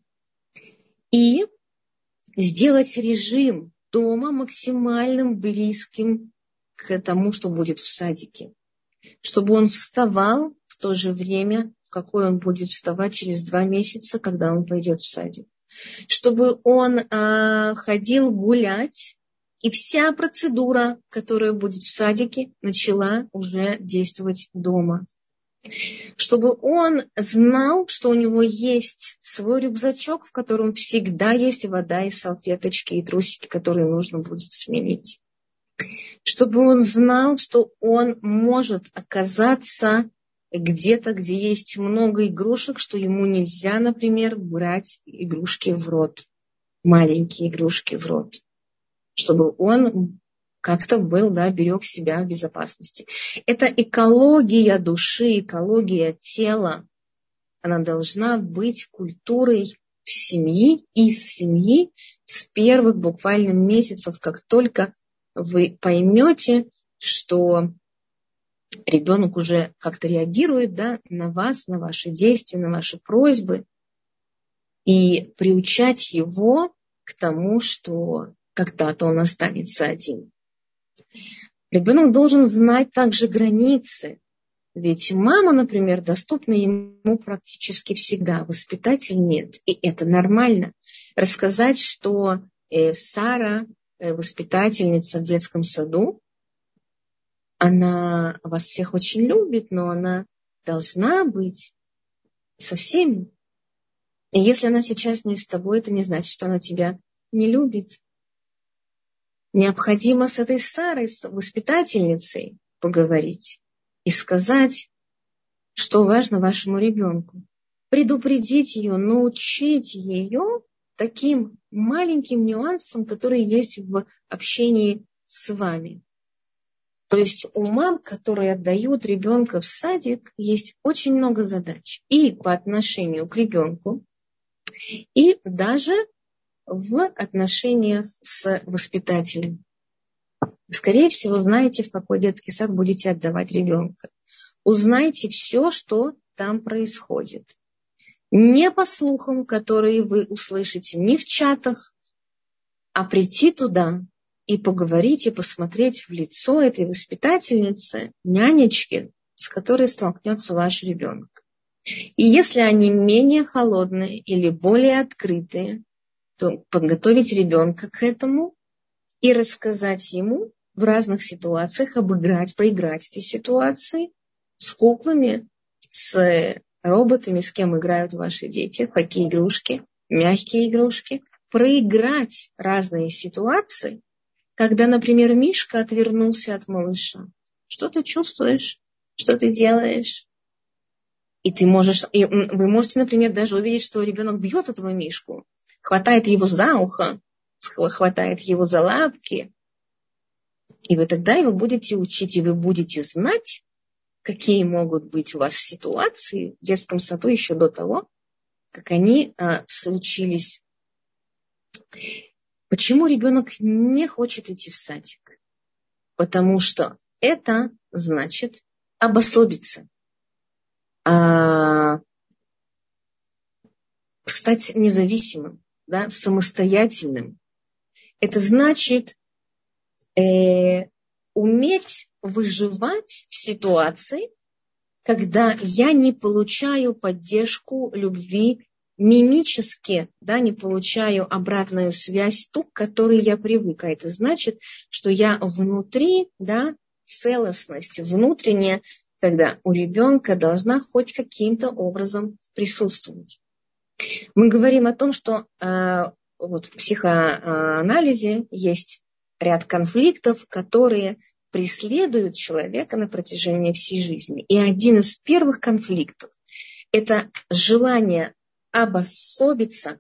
И сделать режим дома максимально близким к тому, что будет в садике. Чтобы он вставал в то же время, в какое он будет вставать через 2 месяца, когда он пойдет в садик. Чтобы он ходил гулять, и вся процедура, которая будет в садике, начала уже действовать дома. Чтобы он знал, что у него есть свой рюкзачок, в котором всегда есть вода и салфеточки, и трусики, которые нужно будет сменить. Чтобы он знал, что он может оказаться где-то, где есть много игрушек, что ему нельзя, например, брать игрушки в рот, маленькие игрушки в рот. Чтобы он как-то был, да, берег себя в безопасности. Это экология души, экология тела. Она должна быть культурой в семье, из семьи с первых буквально месяцев, как только вы поймете, что ребенок уже как-то реагирует, да, на вас, на ваши действия, на ваши просьбы, и приучать его к тому, что когда-то он останется один. Ребенок должен знать также границы. Ведь мама, например, доступна ему практически всегда, воспитатель нет. И это нормально. Рассказать, что Сара, воспитательница в детском саду, она вас всех очень любит, но она должна быть со всеми. И если она сейчас не с тобой, это не значит, что она тебя не любит. Необходимо с этой Сарой, с воспитательницей поговорить и сказать, что важно вашему ребенку. Предупредить ее, научить ее таким маленьким нюансам, которые есть в общении с вами. То есть у мам, которые отдают ребенка в садик, есть очень много задач. И по отношению к ребенку, и даже в отношениях с воспитателем. Скорее всего, знаете, в какой детский сад будете отдавать ребенка. Узнайте все, что там происходит. Не по слухам, которые вы услышите, не в чатах, а прийти туда и поговорить, и посмотреть в лицо этой воспитательницы, нянечки, с которой столкнется ваш ребенок. И если они менее холодные или более открытые, то подготовить ребенка к этому и рассказать ему в разных ситуациях, проиграть эти ситуации с куклами, с роботами, с кем играют ваши дети, какие игрушки, мягкие игрушки, проиграть разные ситуации, когда, например, Мишка отвернулся от малыша. Что ты чувствуешь? Что ты делаешь? И вы можете, например, даже увидеть, что ребенок бьет этого Мишку, хватает его за ухо, хватает его за лапки. И вы тогда его будете учить, и вы будете знать, какие могут быть у вас ситуации в детском саду еще до того, как они случились. Почему ребенок не хочет идти в садик? Потому что это значит обособиться, стать независимым, да, самостоятельным. Это значит уметь выживать в ситуации, когда я не получаю поддержку любви мимически, да, не получаю обратную связь, ту, к которой я привык. А это значит, что я внутри, да, целостность внутренняя, тогда у ребенка должна хоть каким-то образом присутствовать. Мы говорим о том, что вот в психоанализе есть ряд конфликтов, которые преследуют человека на протяжении всей жизни. И один из первых конфликтов – это желание обособиться,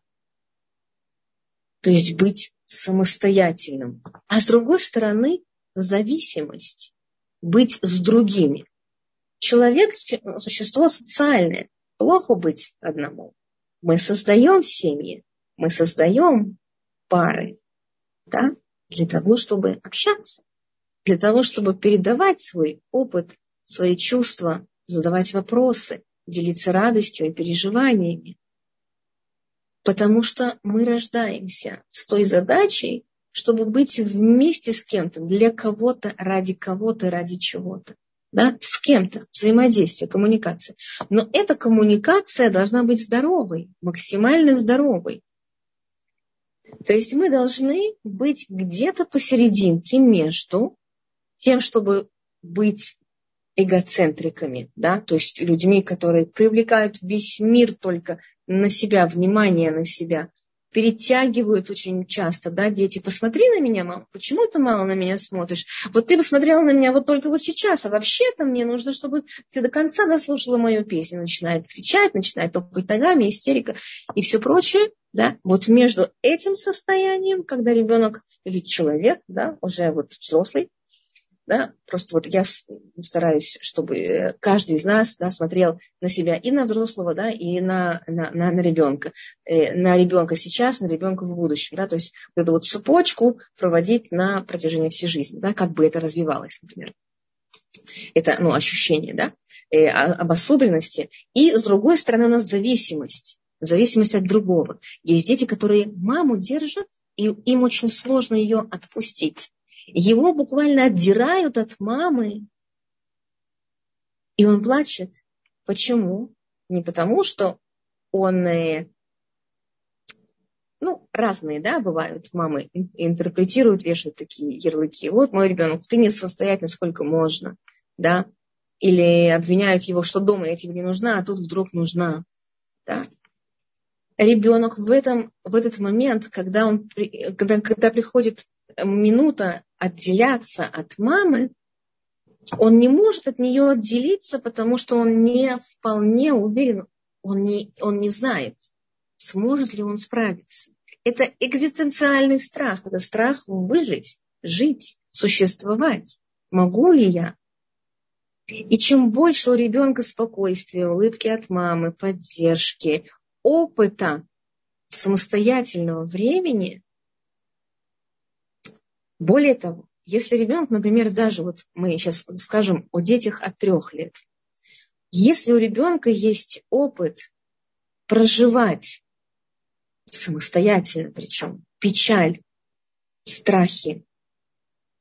то есть быть самостоятельным. А с другой стороны, зависимость, быть с другими. Человек – существо социальное. Плохо быть одному. Мы создаем семьи, мы создаем пары, да, для того, чтобы общаться, для того, чтобы передавать свой опыт, свои чувства, задавать вопросы, делиться радостью и переживаниями. Потому что мы рождаемся с той задачей, чтобы быть вместе с кем-то, для кого-то, ради чего-то. Да? С кем-то, взаимодействие, коммуникация. Но эта коммуникация должна быть здоровой, максимально здоровой. То есть мы должны быть где-то посерединке между тем, чтобы быть эгоцентриками, да, то есть людьми, которые привлекают весь мир только на себя, внимание на себя, перетягивают очень часто, да, дети, посмотри на меня, мама, почему ты мало на меня смотришь? Вот ты посмотрела на меня вот только вот сейчас, а вообще-то мне нужно, чтобы ты до конца дослушала мою песню. Начинает кричать, начинает топать ногами, истерика и все прочее, да. Вот между этим состоянием, когда ребенок или человек, да, уже вот взрослый, да, просто вот я стараюсь, чтобы каждый из нас, да, смотрел на себя и на взрослого, да, и на ребенка. На ребенка сейчас, на ребенка в будущем. Да, то есть вот эту вот цепочку проводить на протяжении всей жизни, да, как бы это развивалось, например. Это ощущение, да, обособленности. И с другой стороны у нас зависимость от другого. Есть дети, которые маму держат, и им очень сложно ее отпустить. Его буквально отдирают от мамы, и он плачет. Почему? Не потому, что он, разные, да, бывают мамы, интерпретируют, вешают такие ярлыки. Вот мой ребенок, ты не самостоятельный, сколько можно, да, или обвиняют его, что дома я тебе не нужна, а тут вдруг нужна, да. Ребенок в этот момент, когда приходит минута отделяться от мамы, он не может от нее отделиться, потому что он не вполне уверен, он не знает, сможет ли он справиться. Это экзистенциальный страх, это страх выжить, жить, существовать. Могу ли я? И чем больше у ребенка спокойствия, улыбки от мамы, поддержки, опыта самостоятельного времени, более того, если ребенок, например, даже вот мы сейчас скажем о детях от 3 лет, если у ребенка есть опыт проживать самостоятельно, причем печаль, страхи,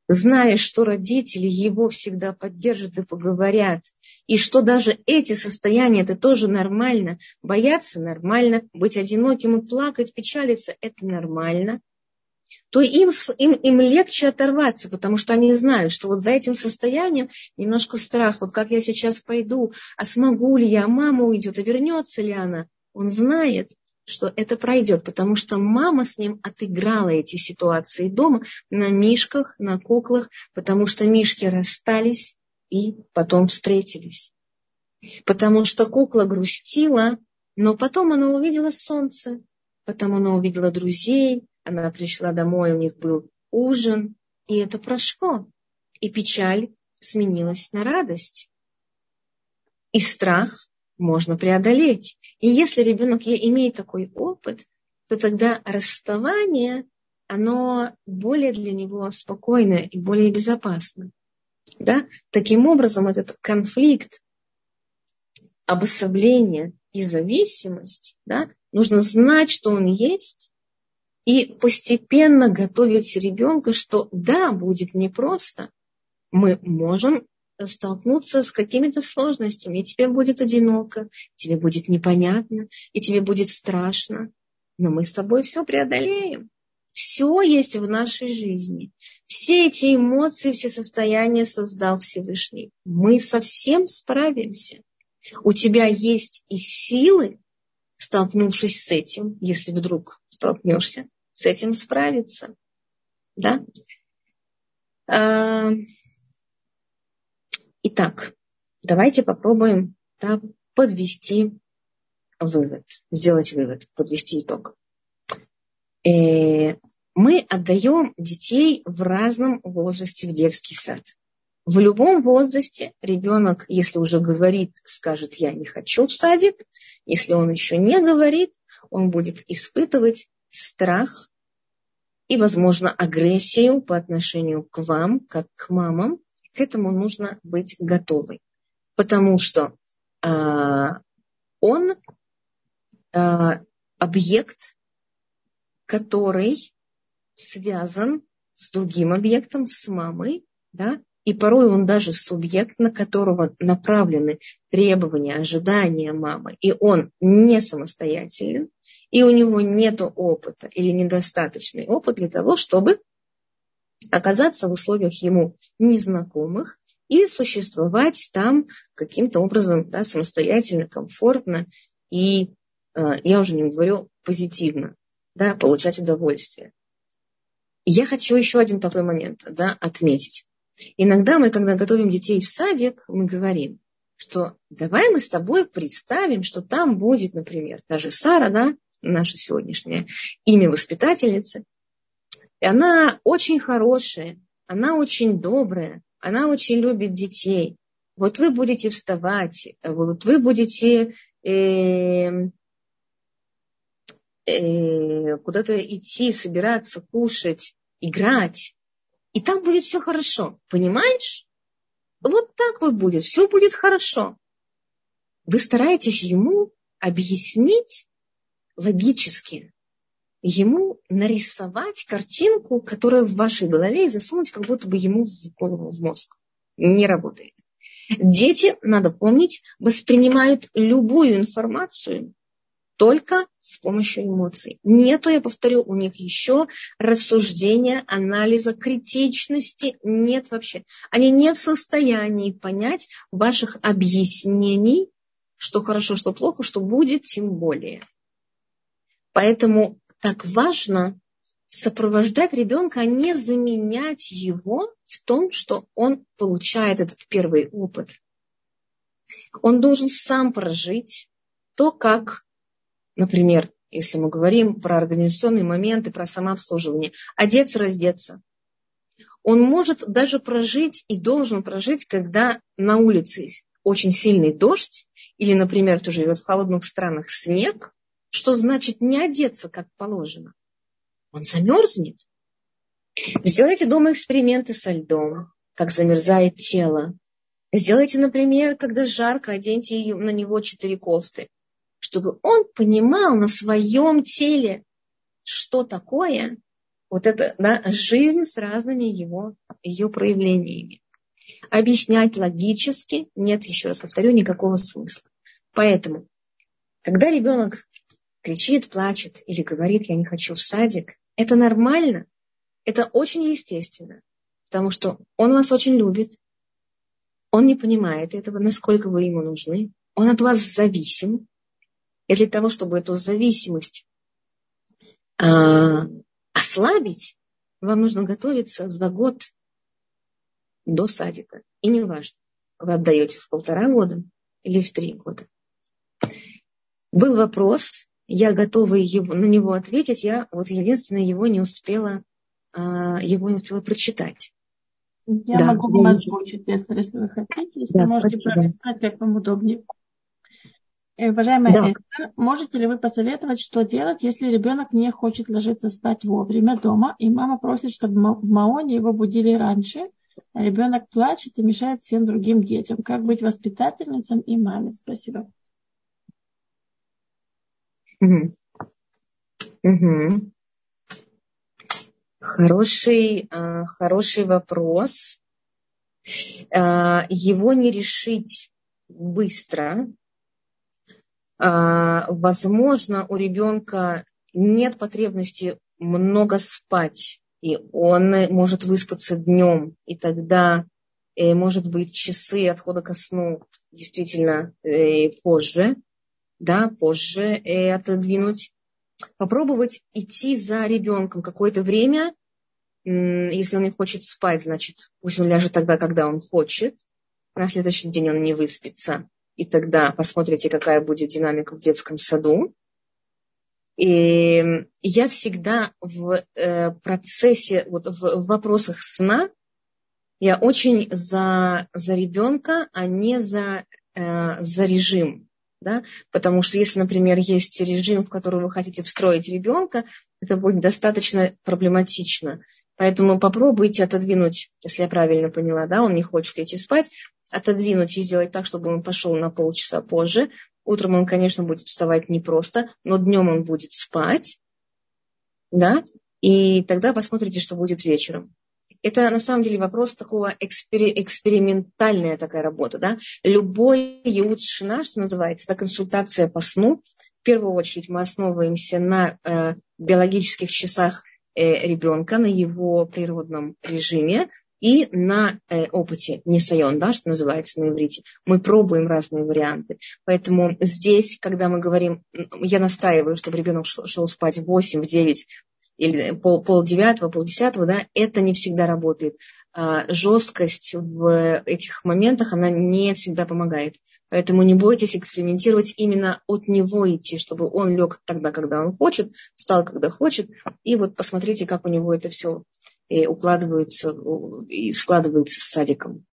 зная, что родители его всегда поддержат и поговорят, и что даже эти состояния, это тоже нормально, бояться нормально, быть одиноким и плакать, печалиться, это нормально, то им легче оторваться, потому что они знают, что вот за этим состоянием немножко страх, вот как я сейчас пойду, а смогу ли я, а мама уйдет, а вернется ли она. Он знает, что это пройдет, потому что мама с ним отыграла эти ситуации дома на мишках, на куклах, потому что мишки расстались и потом встретились. Потому что кукла грустила, но потом она увидела солнце, потом она увидела друзей, она пришла домой, у них был ужин, и это прошло. И печаль сменилась на радость. И страх можно преодолеть. И если ребенок имеет такой опыт, то тогда расставание, оно более для него спокойное и более безопасное. Да? Таким образом, этот конфликт, обособление и зависимость, да, нужно знать, что он есть, и постепенно готовить ребенка, что да, будет непросто, мы можем столкнуться с какими-то сложностями, и тебе будет одиноко, тебе будет непонятно, и тебе будет страшно, но мы с тобой все преодолеем. Все есть в нашей жизни. Все эти эмоции, все состояния создал Всевышний. Мы совсем справимся. У тебя есть и силы, столкнувшись с этим, если вдруг столкнешься, с этим справиться. Да? Итак, давайте попробуем подвести вывод, сделать вывод, подвести итог. Мы отдаем детей в разном возрасте в детский сад. В любом возрасте ребенок, если уже говорит, скажет, я не хочу в садик. Если он еще не говорит, он будет испытывать страх и, возможно, агрессию по отношению к вам, как к мамам. К этому нужно быть готовым, потому что он объект, который связан с другим объектом, с мамой, да, и порой он даже субъект, на которого направлены требования, ожидания мамы, и он не самостоятелен, и у него нет опыта или недостаточный опыт для того, чтобы оказаться в условиях ему незнакомых и существовать там каким-то образом, да, самостоятельно, комфортно и, я уже не говорю, позитивно, да, получать удовольствие. Я хочу еще один такой момент, да, отметить. Иногда мы, когда готовим детей в садик, мы говорим, что давай мы с тобой представим, что там будет, например, та же Сара, да, наша сегодняшняя имя воспитательницы. И она очень хорошая, она очень добрая, она очень любит детей. Вот вы будете вставать, вот вы будете куда-то идти, собираться, кушать, играть. И там будет все хорошо. Понимаешь? Вот так вот будет. Все будет хорошо. Вы стараетесь ему объяснить логически, ему нарисовать картинку, которая в вашей голове, и засунуть как будто бы ему в голову, в мозг. Не работает. Дети, надо помнить, воспринимают любую информацию только с помощью эмоций. Нету, я повторю, у них еще рассуждения, анализа, критичности нет вообще. Они не в состоянии понять ваших объяснений, что хорошо, что плохо, что будет, тем более. Поэтому так важно сопровождать ребенка, а не заменять его в том, что он получает этот первый опыт. Он должен сам прожить то, как, например, если мы говорим про организационные моменты, про самообслуживание, одеться, раздеться. Он может даже прожить и должен прожить, когда на улице очень сильный дождь, или, например, кто живет в холодных странах, снег, что значит не одеться как положено. Он замерзнет. Сделайте дома эксперименты со льдом, как замерзает тело. Сделайте, например, когда жарко, оденьте на него 4 кофты, чтобы он понимал на своем теле, что такое Вот это, да, жизнь с разными ее проявлениями. Объяснять логически нет, еще раз повторю, никакого смысла. Поэтому, когда ребенок кричит, плачет или говорит: я не хочу в садик, это нормально, это очень естественно, потому что он вас очень любит, он не понимает этого, насколько вы ему нужны, он от вас зависим, и для того, чтобы эту зависимость ослабить, вам нужно готовиться за год до садика. И неважно, вы отдаете в 1,5 года или в 3 года. Был вопрос, я готова на него ответить, я вот единственное его не успела прочитать. Я могу вам озвучить, если вы хотите, если можете пролистать, как вам удобнее. Уважаемая Эстер, можете ли вы посоветовать, что делать, если ребенок не хочет ложиться спать вовремя дома, и мама просит, чтобы в Маоне его будили раньше, а ребенок плачет и мешает всем другим детям? Как быть воспитательницей и маме? Спасибо. Хороший вопрос. Его не решить быстро. Возможно, у ребенка нет потребности много спать, и он может выспаться днем, и тогда, может быть, часы отхода ко сну действительно позже отодвинуть. Попробовать идти за ребенком какое-то время. Если он не хочет спать, значит, пусть он ляжет тогда, когда он хочет. На следующий день он не выспится. И тогда посмотрите, какая будет динамика в детском саду. И я всегда в процессе, вот в вопросах сна, я очень за ребенка, а не за режим. Да? Потому что если, например, есть режим, в который вы хотите встроить ребенка, это будет достаточно проблематично. Поэтому попробуйте отодвинуть, если я правильно поняла, да, он не хочет идти спать, отодвинуть и сделать так, чтобы он пошел на полчаса позже. Утром он, конечно, будет вставать непросто, но днем он будет спать, да, и тогда посмотрите, что будет вечером. Это на самом деле вопрос такого экспериментальная такая работа, да. Любой еуц шина, что называется, это консультация по сну. В первую очередь мы основываемся на биологических часах ребенка, на его природном режиме и на опыте нисайон, да, что называется на иврите. Мы пробуем разные варианты. Поэтому здесь, когда мы говорим, я настаиваю, чтобы ребенок шел спать в 8, в 9 или полдевятого, полдесятого, да, это не всегда работает. Жесткость в этих моментах, она не всегда помогает. Поэтому не бойтесь экспериментировать, именно от него идти, чтобы он лег тогда, когда он хочет, встал, когда хочет, и вот посмотрите, как у него это все укладывается и складывается с садиком.